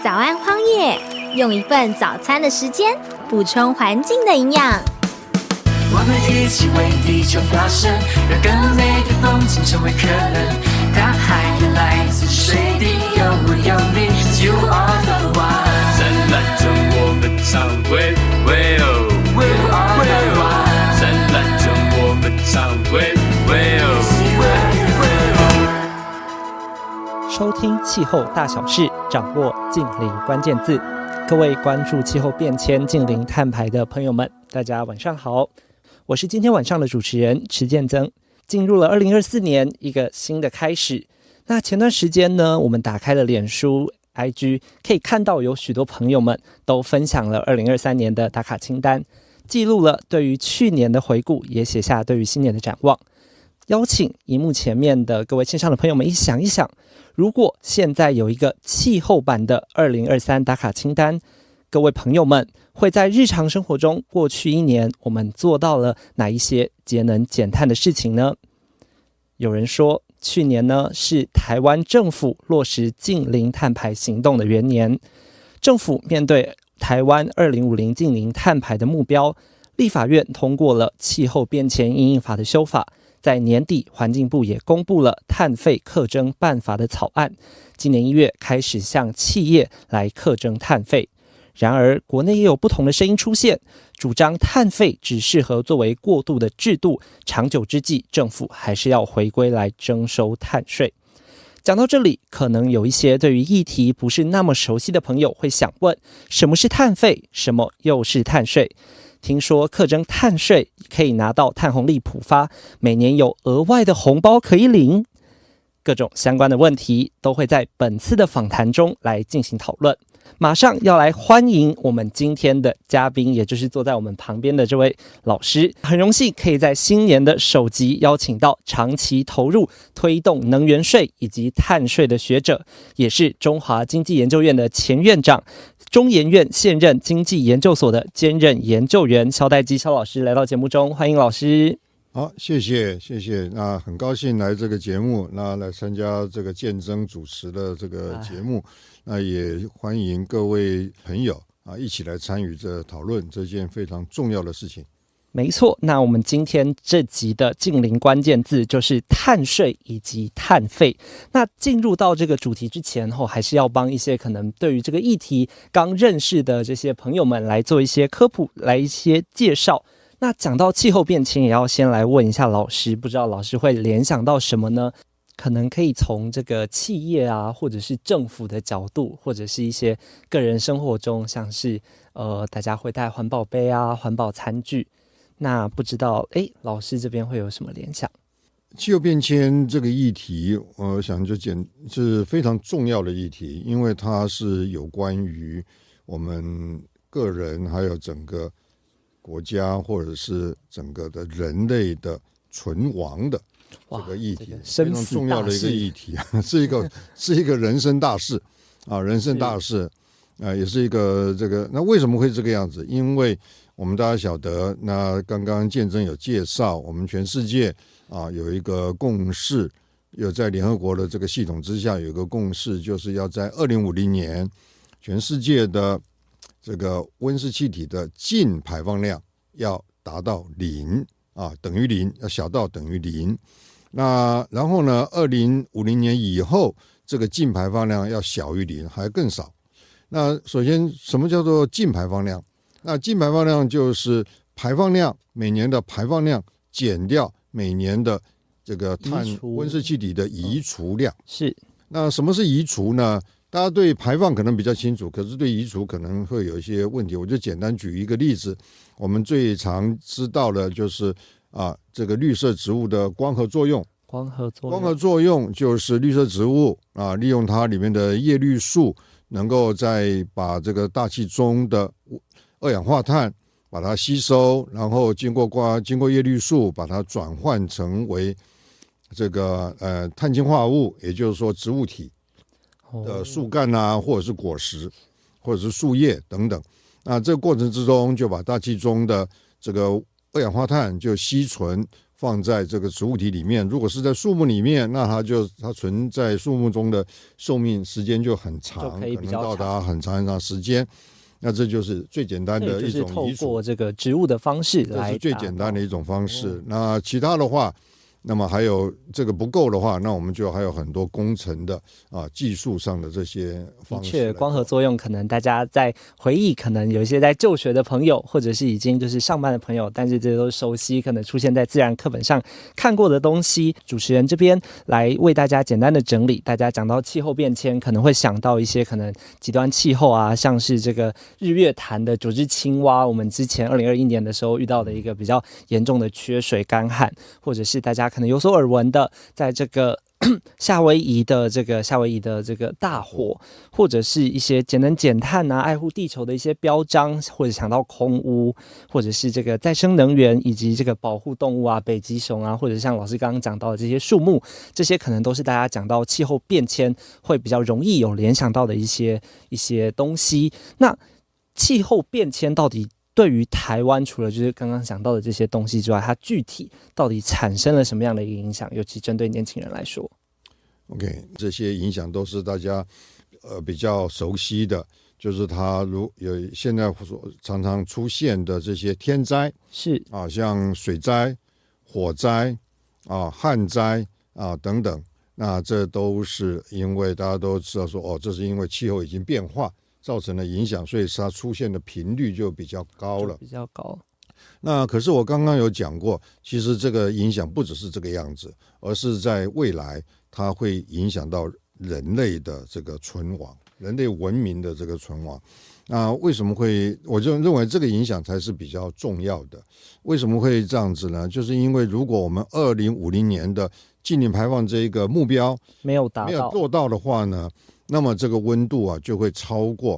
早安荒野，用一份早餐的时间补充环境的营养。 我们一起为地球发声，让更美的风景成为可能。大海也来自水滴，有我有你 ，You are the one。 灿烂着我们唱喂喂哦 ，You are the one。 灿烂着我们唱喂喂哦。 收听气候大小事，掌握近邻关键字。各位关注气候变迁、近邻碳排的朋友们，大家晚上好，我是今天晚上的主持人池建增。进入了2024年，一个新的开始。那前段时间呢，我们打开了脸书 IG， 可以看到有许多朋友们都分享了2023年的打卡清单，记录了对于去年的回顾，也写下对于新年的展望。邀请荧幕前面的各位线上的朋友们一起想一想，如果现在有一个气候版的2023打卡清单，各位朋友们会在日常生活中过去一年我们做到了哪一些节能减碳的事情呢？有人说去年呢是台湾政府落实近零碳排行动的元年，政府面对台湾2050近零碳排的目标，立法院通过了气候变迁因应法的修法，在年底环境部也公布了碳费课征办法的草案，今年1月开始向企业来课征碳费。然而国内也有不同的声音出现，主张碳费只适合作为过渡的制度，长久之计政府还是要回归来征收碳税。讲到这里，可能有一些对于议题不是那么熟悉的朋友会想问，什么是碳费，什么又是碳税？听说课征碳税可以拿到碳红利普发，每年有额外的红包可以领，各种相关的问题都会在本次的访谈中来进行讨论。马上要来欢迎我们今天的嘉宾，也就是坐在我们旁边的这位老师。很荣幸可以在新年的首集邀请到长期投入推动能源税以及碳税的学者，也是中华经济研究院的前院长，中研院现任经济研究所的兼任研究员肖代基肖老师来到节目中，欢迎老师。 好，谢谢。那很高兴来这个节目，那来参加这个建增主持的这个节目，那也欢迎各位朋友一起来参与这讨论这件非常重要的事情。 没错，那我们今天这集的近邻关键字就是碳税以及碳费。那进入到这个主题之前还是要帮一些可能对于这个议题刚认识的这些朋友们来做一些科普，来一些介绍。那讲到气候变迁，也要先来问一下老师，不知道老师会联想到什么呢？可能可以从这个企业啊，或者是政府的角度，或者是一些个人生活中，像是大家会带环保杯啊、环保餐具。那不知道老师这边会有什么联想？ 气候变迁这个议题，我想是非常重要的议题，因为它是有关于我们个人还有整个国家或者是整个的人类的存亡的这个议题，非常重要的一个议题，是一个人生大事啊，人生大事也是一个这个。那为什么会这个样子？因为我们大家晓得，那刚刚建增有介绍，我们全世界有一个共识，有在联合国的这个系统之下有一个共识，就是要在2050年全世界的这个温室气体的净排放量要达到0等于0，要小到等于0。那然后呢，2050年以后，这个净排放量要小于0，还更少。那首先，什么叫做净排放量？那净排放量就是排放量，每年的排放量减掉每年的这个温室气体的移除量。 是。 那什么是移除呢？大家对排放可能比较清楚，可是对移除可能会有一些问题。我就简单举一个例子，我们最常知道的就是这个绿色植物的光合作用。光合作用就是绿色植物利用它里面的叶绿素，能够再把这个大气中的二氧化碳把它吸收，然后经过叶绿素把它转换成为这个碳氢化物，也就是说植物体的树干啊，或者是果实，或者是树叶等等。那这个过程之中，就把大气中的这个二氧化碳就吸存， 放在这个植物体里面，如果是在树木里面，那它存在树木中的寿命时间就很长，可能到达很长很长时间。那这就是最简单的一种移除， 就是透过这个植物的方式来， 这是最简单的一种方式。那其他的话，那么还有这个不够的话，那我们就还有很多工程的技术上的这些方式。 的确，光合作用可能大家在回忆，可能有一些在就学的朋友，或者是已经就是上班的朋友，但是这都是熟悉，可能出现在自然课本上看过的东西。主持人这边来为大家简单的整理，大家讲到气候变迁，可能会想到一些可能极端气候啊，像是这个日月潭的9只青蛙，我们之前2021年的时候遇到的一个比较严重的缺水干旱，或者是大家可能有所耳闻的，在这个夏威夷的这个大火，或者是一些节能减碳啊、爱护地球的一些标章，或者想到空污，或者是这个再生能源，以及这个保护动物啊、北极熊啊，或者像老师刚刚讲到的这些树木，这些可能都是大家讲到气候变迁会比较容易有联想到的一些东西。那气候变迁到底对于台湾除了就是刚刚讲到的这些东西之外，它具体到底产生了什么样的一个影响，尤其针对年轻人来说？ OK， 这些影响都是大家比较熟悉的，就是它有现在常常出现的这些天灾， 是像水灾、火灾旱灾等等，那这都是因为大家都知道说这是因为气候已经变化造成的影响，所以它出现的频率就比较高了， 比较高。 那可是我刚刚有讲过，其实这个影响不只是这个样子，而是在未来它会影响到人类的这个存亡，人类文明的这个存亡。那为什么会？我就认为这个影响才是比较重要的。为什么会这样子呢？就是因为如果我们2050年的净零排放这一个目标没有做到的话呢，那么这个温度就会超过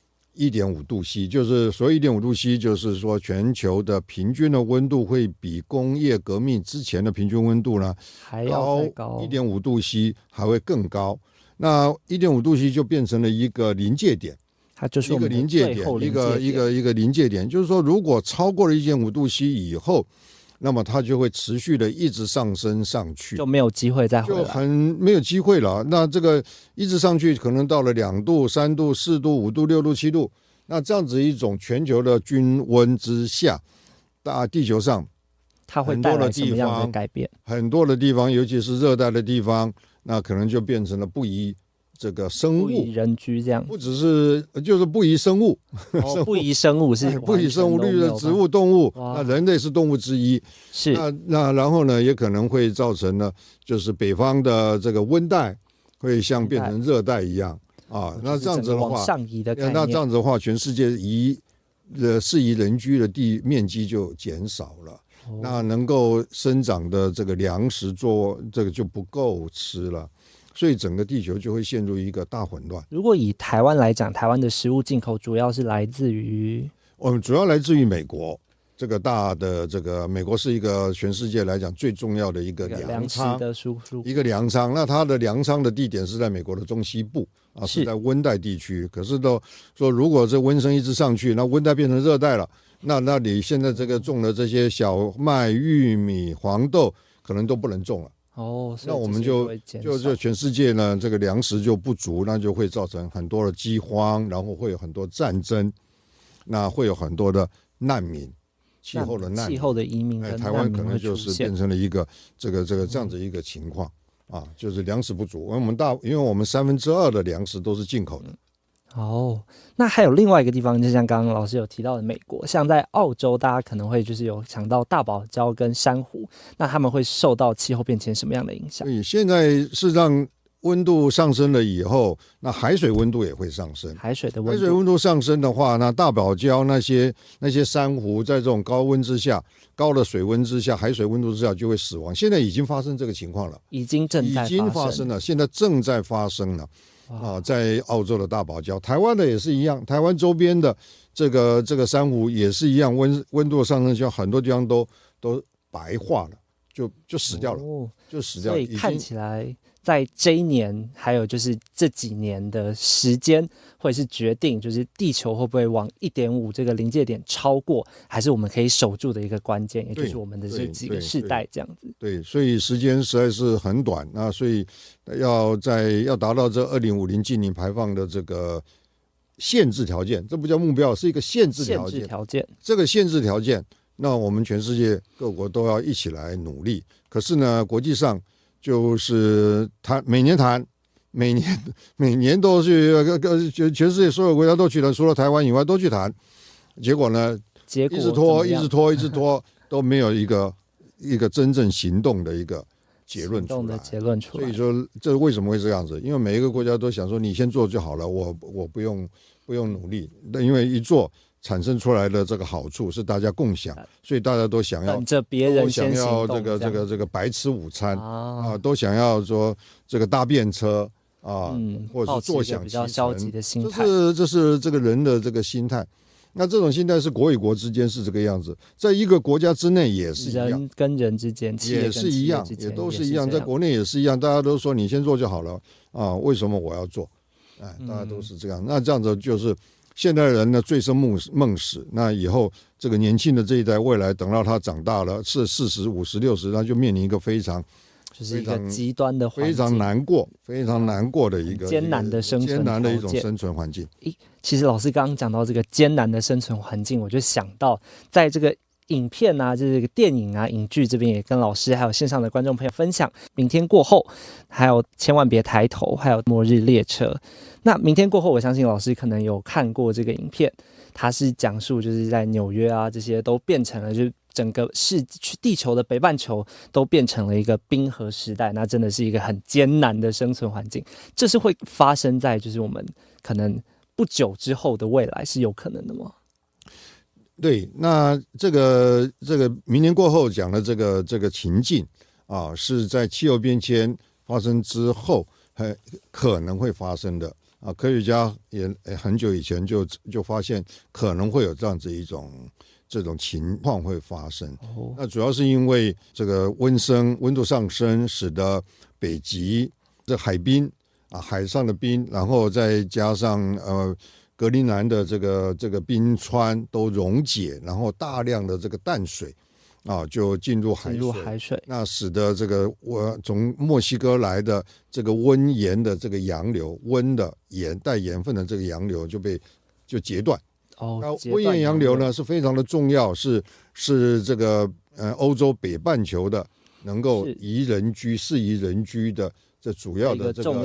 1.5度 C， 就是所谓 1.5度 C， 就是说全球的平均的温度会比工业革命之前的平均温度呢还要再高 1.5度 C， 还会更高。那 1.5度 C 就变成了一个临界点， 它就是一个临界点，一个临界点，就是说如果超过了 1.5度 C 以后，那么它就会持续的一直上升上去， 就没有机会再回来， 就很没有机会了。那这个一直上去，可能到了2度、3度、4度、5度、6度、7度，那这样子一种全球的均温之下，地球上它会带来什么样的改变？ 很多的地方，尤其是热带的地方，那可能就变成了不宜这个生物， 不宜人居，这样不只是就是不宜生物， 不宜生物是不宜生物，绿的植物、动物，那人类是动物之一， 是那然后呢，也可能会造成呢，就是北方的这个温带会像变成热带一样那这样子的话， 往上移的概念， 那这样子的话，全世界适宜人居的地面积就减少了。那能够生长的这个粮食这个就不够吃了，所以整个地球就会陷入一个大混乱。 如果以台湾来讲，台湾的食物进口主要是来自于我们主要来自于美国，这个大的这个美国是一个全世界来讲最重要的一个粮仓的输出， 一个粮仓。那它的粮仓的地点是在美国的中西部是在温带地区。可是都说，如果这温升一直上去，那温带变成热带了。那你现在这个种的这些小麦、玉米、黄豆，可能都不能种了。那我们就全世界呢，这个粮食就不足，那就会造成很多的饥荒，然后会有很多战争，那会有很多的难民，气候的难民， 气候的移民， 台湾可能就是变成了一个这样子一个情况就是粮食不足。因为我们2/3的粮食都是进口的。 那还有另外一个地方，就像刚刚老师有提到的美国，像在澳洲，大家可能会就是有想到大堡礁跟珊瑚，那他们会受到气候变迁什么样的影响？ 现在事实上温度上升了以后，那海水温度也会上升。 海水温度上升的话，那大堡礁那些珊瑚在这种高的水温之下，海水温度之下就会死亡。现在已经发生这个情况了， 已经发生了， 现在正在发生了。在澳洲的大堡礁，台湾的也是一样，台湾周边的这个珊瑚也是一样，温度上升，就很多地方都白化了，就死掉了，就死掉了。 所以看起来在这一年，还有就是这几年的时间，会是决定就是地球会不会往 1.5 这个临界点超过，还是我们可以守住的一个关键，也就是我们的这几个世代这样子。 对，所以时间实在是很短，那所以要达到这2050净零排放的这个限制条件，这不叫目标，是一个限制条件。这个限制条件，那我们全世界各国都要一起来努力。可是呢，国际上就是每年都去，全世界所有国家都去谈，除了台湾以外都去谈。结果呢，一直拖，都没有一个真正行动的一个结论出来。所以说，这为什么会这样子？因为每一个国家都想说，你先做就好了，我不用努力。因为一做产生出来的这个好处是大家共享，所以大家都想要等着别人先行动， 这个白吃午餐都想要说这个搭便车或者是坐享其成， 比较消极的心态。 这是这个人的这个心态。那这种心态是国与国之间是这个样子，在一个国家之内也是一样， 人跟人之间也是一样，也都是一样，在国内也是一样，大家都说你先做就好了为什么我要做？大家都是这样。那这样子就是现代人呢醉生梦死，那以后这个年轻的这一代，未来等到他长大了，是40、50、60，他就面临一个非常极端的环境， 非常难过的一个艰难的生存艰难的一种生存环境。 其实老师刚刚讲到这个艰难的生存环境，我就想到在这个影片就是这个电影影剧这边也跟老师还有线上的观众朋友分享明天过后，还有千万别抬头，还有末日列车。那明天过后，我相信老师可能有看过这个影片，它是讲述就是在纽约这些都变成了，就是整个地球的北半球都变成了一个冰河时代，那真的是一个很艰难的生存环境。这是会发生在就是我们可能不久之后的未来，是有可能的吗？ 对，那这个明年过后讲的这个情境是在气候变迁发生之后可能会发生的科学家也很久以前就发现可能会有这样子这种情况会发生。那主要是因为这个温度上升，使得北极这海冰海上的冰，然后再加上格陵兰的这个冰川都溶解，然后大量的这个淡水就进入海水，那使得这个从墨西哥来的这个温盐的这个洋流，温的带盐分的这个洋流就截断。那温盐洋流呢是非常的重要，是这个欧洲北半球的能够适宜人居的这主要的这个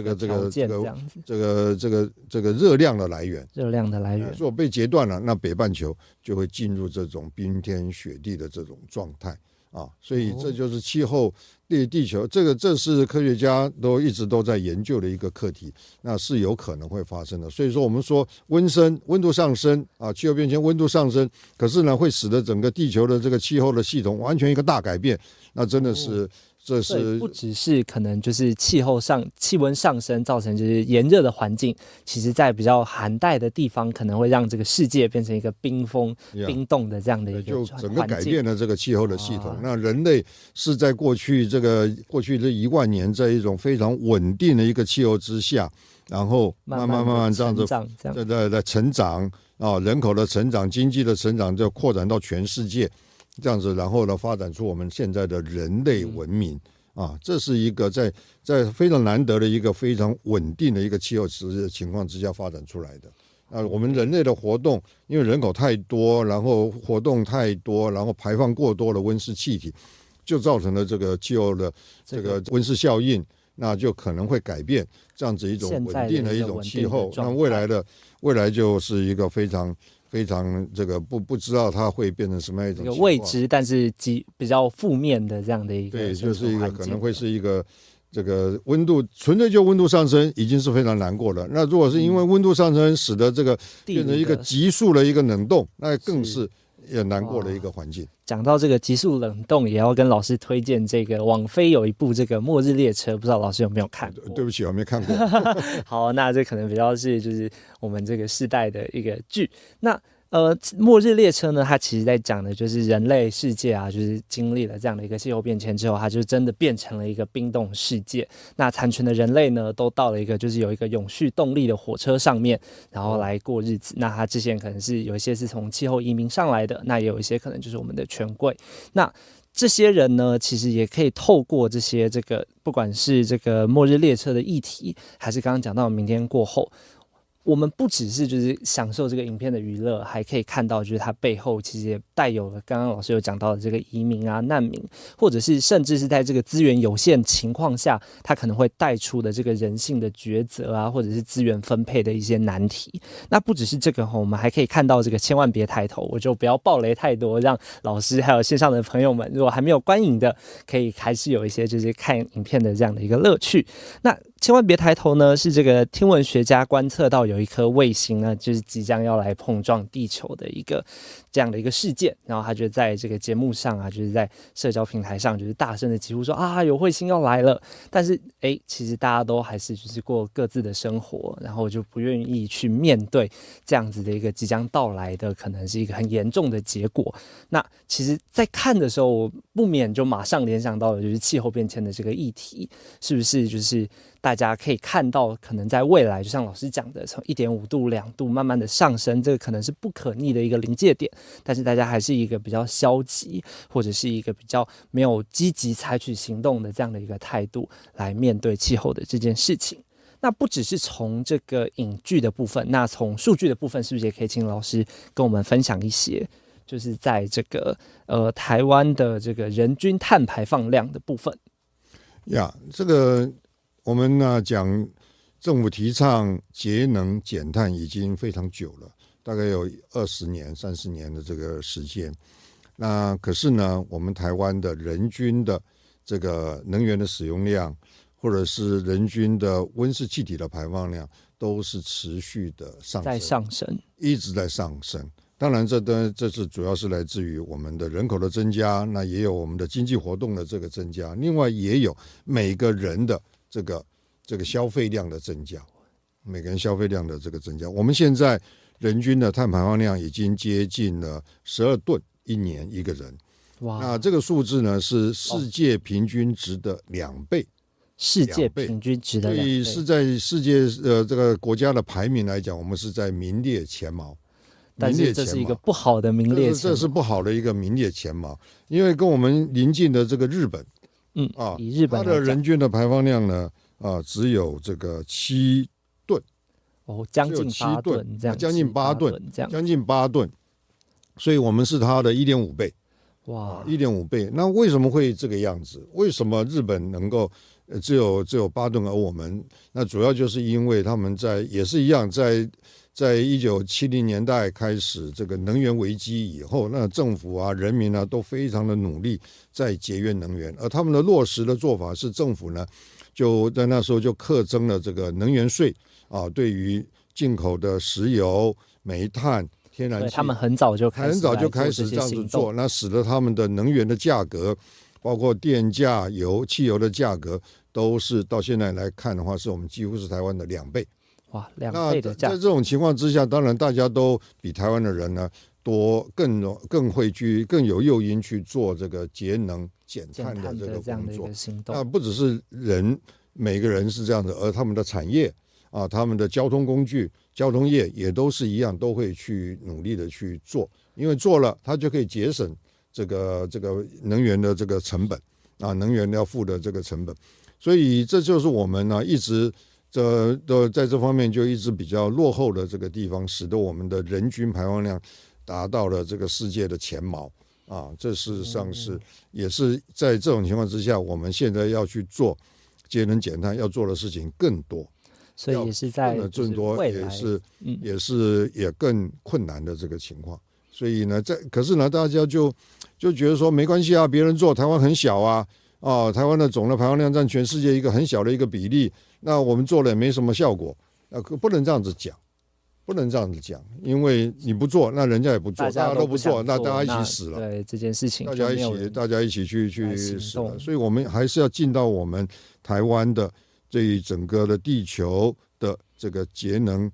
热量的来源。如果被截断了，那北半球就会进入这种冰天雪地的这种状态所以这就是气候地球这是科学家一直都在研究的一个课题，那是有可能会发生的。所以说我们说温度上升气候变迁温度上升，可是呢会使得整个地球的这个气候的系统完全一个大改变，那真的是这是不只是可能就是气温上升造成就是炎热的环境，其实在比较寒带的地方可能会让这个世界变成一个冰冻的这样的一个环境， 就整个改变了这个气候的系统。那人类是在过去这1万年在一种非常稳定的一个气候之下，然后慢慢这样子在成长人口的成长，经济的成长就扩展到全世界这样子，然后呢发展出我们现在的人类文明这是一个在非常难得的一个非常稳定的一个气候情况之下发展出来的。我们人类的活动，因为人口太多，然后活动太多，然后排放过多的温室气体，就造成了这个气候的这个温室效应，那就可能会改变这样子一种稳定的一种气候。那未来就是一个非常这个不知道它会变成什么样一种情况， 未知但是比较负面的这样的一个， 对，就是一个可能会是一个这个温度纯粹就温度上升已经是非常难过了。那如果是因为温度上升使得这个变成一个急速的一个冷冻，那更是也难过的一个环境。 讲到这个急速冷冻，也要跟老师推荐这个网飞有一部这个《末日列车》，不知道老师有没有看过？ 对不起，我没看过。 好，那这可能比较是就是我们这个世代的一个剧。那末日列车呢，它其实在讲的就是人类世界啊，就是经历了这样的一个气候变迁之后，它就真的变成了一个冰冻世界。那残存的人类呢，都到了一个就是有一个永续动力的火车上面，然后来过日子。那它这些人可能是有一些是从气候移民上来的，那也有一些可能就是我们的权贵。那这些人呢，其实也可以透过这些不管是这个末日列车的议题，还是刚刚讲到明天过后。我们不只是就是享受这个影片的娱乐，还可以看到就是它背后其实也带有了刚刚老师有讲到的这个移民啊、难民，或者是甚至是在这个资源有限情况下，它可能会带出的这个人性的抉择啊，或者是资源分配的一些难题。那不只是这个，我们还可以看到这个千万别抬头，我就不要爆雷太多，让老师还有线上的朋友们，如果还没有观影的，可以还是有一些就是看影片的这样的一个乐趣。那千万别抬头呢，是这个天文学家观测到有一颗卫星呢，就是即将要来碰撞地球的一个这样的一个事件，然后他就在这个节目上啊，就是在社交平台上，就是大声的疾呼说啊，有卫星要来了。但是其实大家都还是就是过各自的生活，然后就不愿意去面对这样子的一个即将到来的，可能是一个很严重的结果。那其实，在看的时候，我不免就马上联想到了就是气候变迁的这个议题，是不是就是大家可以看到，可能在未来，就像老师讲的，从1.5度、2度慢慢的上升，这个可能是不可逆的一个临界点。但是大家还是一个比较消极，或者是一个比较没有积极采取行动的这样的一个态度来面对气候的这件事情。那不只是从这个影剧的部分，那从数据的部分，是不是也可以请老师跟我们分享一些，就是在这个台湾的这个人均碳排放量的部分？ 这个我们呢讲政府提倡节能减碳已经非常久了，大概有20年、30年的这个时间。那可是呢，我们台湾的人均的这个能源的使用量，或者是人均的温室气体的排放量，都是持续的上升，一直在上升。当然这是主要是来自于我们的人口的增加，那也有我们的经济活动的这个增加，另外也有每个人的这个消费量的增加，每个人消费量的这个增加。我们现在人均的碳排放量已经接近了12吨一年一个人。哇！那这个数字呢是世界平均值的2倍。 世界平均值的2倍， 所以是在世界这个国家的排名来讲，我们是在名列前茅。 但是这是一个不好的名列前茅， 这是不好的一个名列前茅，因为跟我们邻近的这个日本， 以日本它的人均的排放量呢，只有这个7吨， 将近8吨，这样将近8吨，将近8吨，所以我们是它的1.5倍，哇，1.5倍。那为什么会这个样子？为什么日本能够只有8吨，而我们那主要就是因为他们也是一样在1970年代开始这个能源危机以后，那政府啊、人民啊都非常的努力在节约能源，而他们的落实的做法是政府呢就在那时候就课征了这个能源税啊，对于进口的石油、煤炭、天然气， 他们很早就开始这样子做，那使得他们的能源的价格，包括电价、汽油的价格，都是到现在来看的话，是我们几乎是台湾的2倍。 哇，2倍的价格。 在这种情况之下，当然大家都比台湾的人呢更会更有诱因去做这个节能减碳的这个工作。那不只是每个人是这样的，而他们的产业啊，他们的交通工具、交通业也都是一样，都会去努力的去做，因为做了，它就可以节省这个能源的这个成本啊，能源要付的这个成本。所以这就是我们呢一直在这方面就一直比较落后的这个地方，使得我们的人均排放量达到了这个世界的前茅啊。这事实上也是在这种情况之下，我们现在要去做节能减碳，要做的事情更多， 所以也是在更多，也更困难的这个情况。所以呢，可是呢，大家就觉得说没关系啊，别人做，台湾很小啊。台湾的总的排放量占全世界一个很小的一个比例，那我们做了也没什么效果，不能这样子讲，因为你不做，那人家也不做，大家都不做，那大家一起死了。 对这件事情， 大家一起去死了。所以我们还是要尽到我们台湾的这一整个的地球的这个节能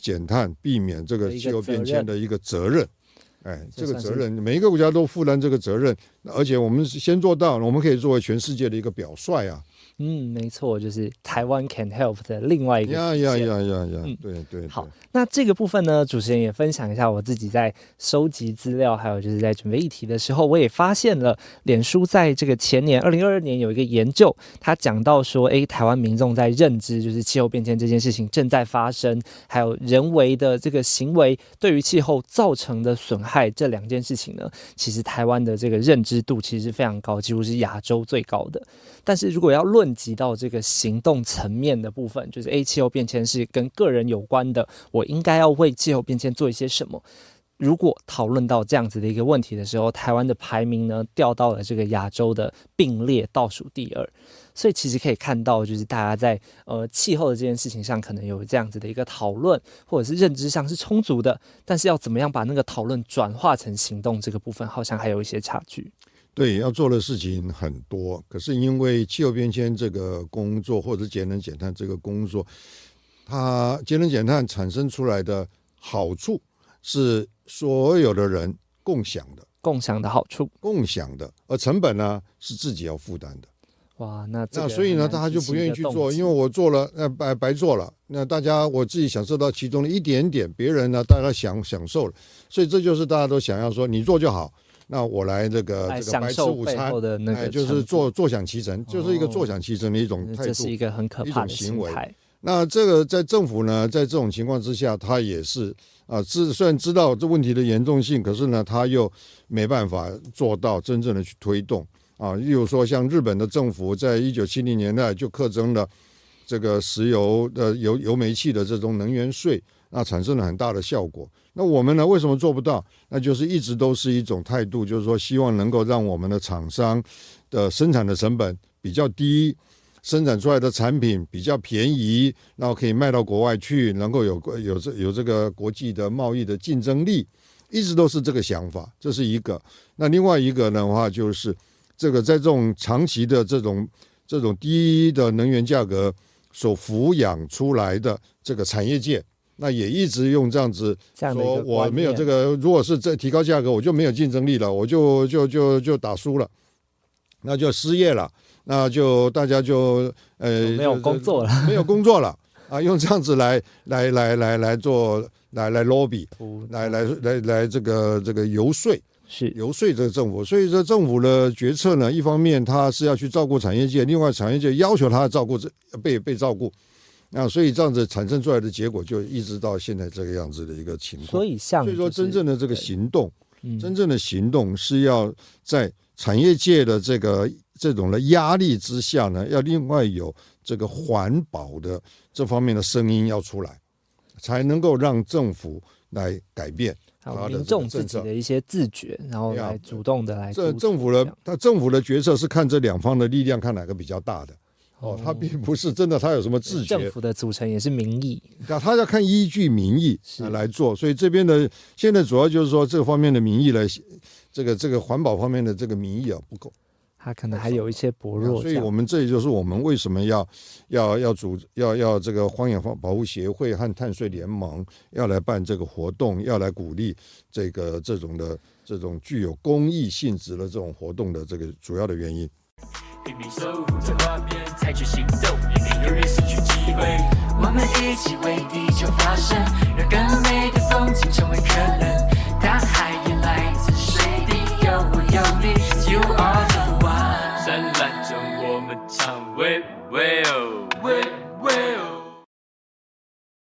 减碳，避免这个气候变迁的一个责任。这个责任每一个国家都负担这个责任，而且我们先做到，我们可以作为全世界的一个表率啊。 没错，就是台湾 can help 的另外一个对。 好，那这个部分呢，主持人也分享一下我自己在收集资料，还有就是在准备议题的时候，我也发现了脸书在这个前年2022年有一个研究，他讲到说，台湾民众在认知就是气候变迁这件事情正在发生，还有人为的这个行为对于气候造成的损害这两件事情呢，其实台湾的这个认知度其实是非常高，几乎是亚洲最高的。但是如果要论及到这个行动层面的部分，就是气候变迁是跟个人有关的，我应该要为气候变迁做一些什么。如果讨论到这样子的一个问题的时候，台湾的排名呢掉到了这个亚洲的并列倒数第2。所以其实可以看到，就是大家在气候的这件事情上可能有这样子的一个讨论，或者是认知上是充足的，但是要怎么样把那个讨论转化成行动，这个部分好像还有一些差距。 对，要做的事情很多，可是因为气候变迁这个工作，或者节能减碳这个工作，它节能减碳产生出来的好处是所有的人共享的好处，共享的，而成本呢是自己要负担的。 哇，那所以呢，大家就不愿意去做，因为我做了，白做了。那大家我自己享受到其中的一点点，别人呢大家享受了，所以这就是大家都想要说，你做就好。那我来这个白吃午餐，就是坐享其成，就是一个坐享其成的一种态度， 这是一个很可怕的行为。 那这个在政府呢，在这种情况之下，他也是虽然知道这问题的严重性，可是呢，他又没办法做到真正的去推动例如说，像日本的政府在1970年代就课征了这个石油的油煤气的这种能源税，那产生了很大的效果。那我们呢，为什么做不到？那就是一直都是一种态度，就是说希望能够让我们的厂商的生产的成本比较低，生产出来的产品比较便宜，然后可以卖到国外去，能够有这个国际的贸易的竞争力，一直都是这个想法，这是一个。那另外一个的话，就是这个在这种长期的这种低的能源价格所抚养出来的这个产业界，那也一直用这样子说，我没有这个，如果是这提高价格，我就没有竞争力了，我就打输了，那就失业了，那就大家就没有工作了， 没有工作了用这样子来做来 lobby， 来这个游说这个政府。所以这政府的决策呢，一方面他是要去照顾产业界，另外产业界要求他照顾被照顾。所以这样子产生出来的结果，就一直到现在这个样子的一个情况。所以说，真正的这个行动，真正的行动是要在产业界的这种的压力之下呢，要另外有这个环保的这方面的声音要出来，才能够让政府来改变。 还有民众自己的一些自觉，然后来主动的来。 政府的决策是看这两方的力量，看哪个比较大的。他并不是真的，他有什么自觉？ 政府的组成也是民意， 他要看依据民意来做。所以这边的现在主要就是说，这个方面的民意来，这个环保方面的这个民意不够， 他可能还有一些薄弱。 所以我们这就是我们为什么要这个荒野保护协会和碳税联盟要来办这个活动，要来鼓励这种具有公益性质的这种活动的这个主要的原因。 拼命守护着画面，采取行动，以免永远失去机会。我们一起为地球发声，让更美的风景成为可能。大海也来自水滴，有我有你 ，You are the one。 灿烂中我们唱，喂喂哦。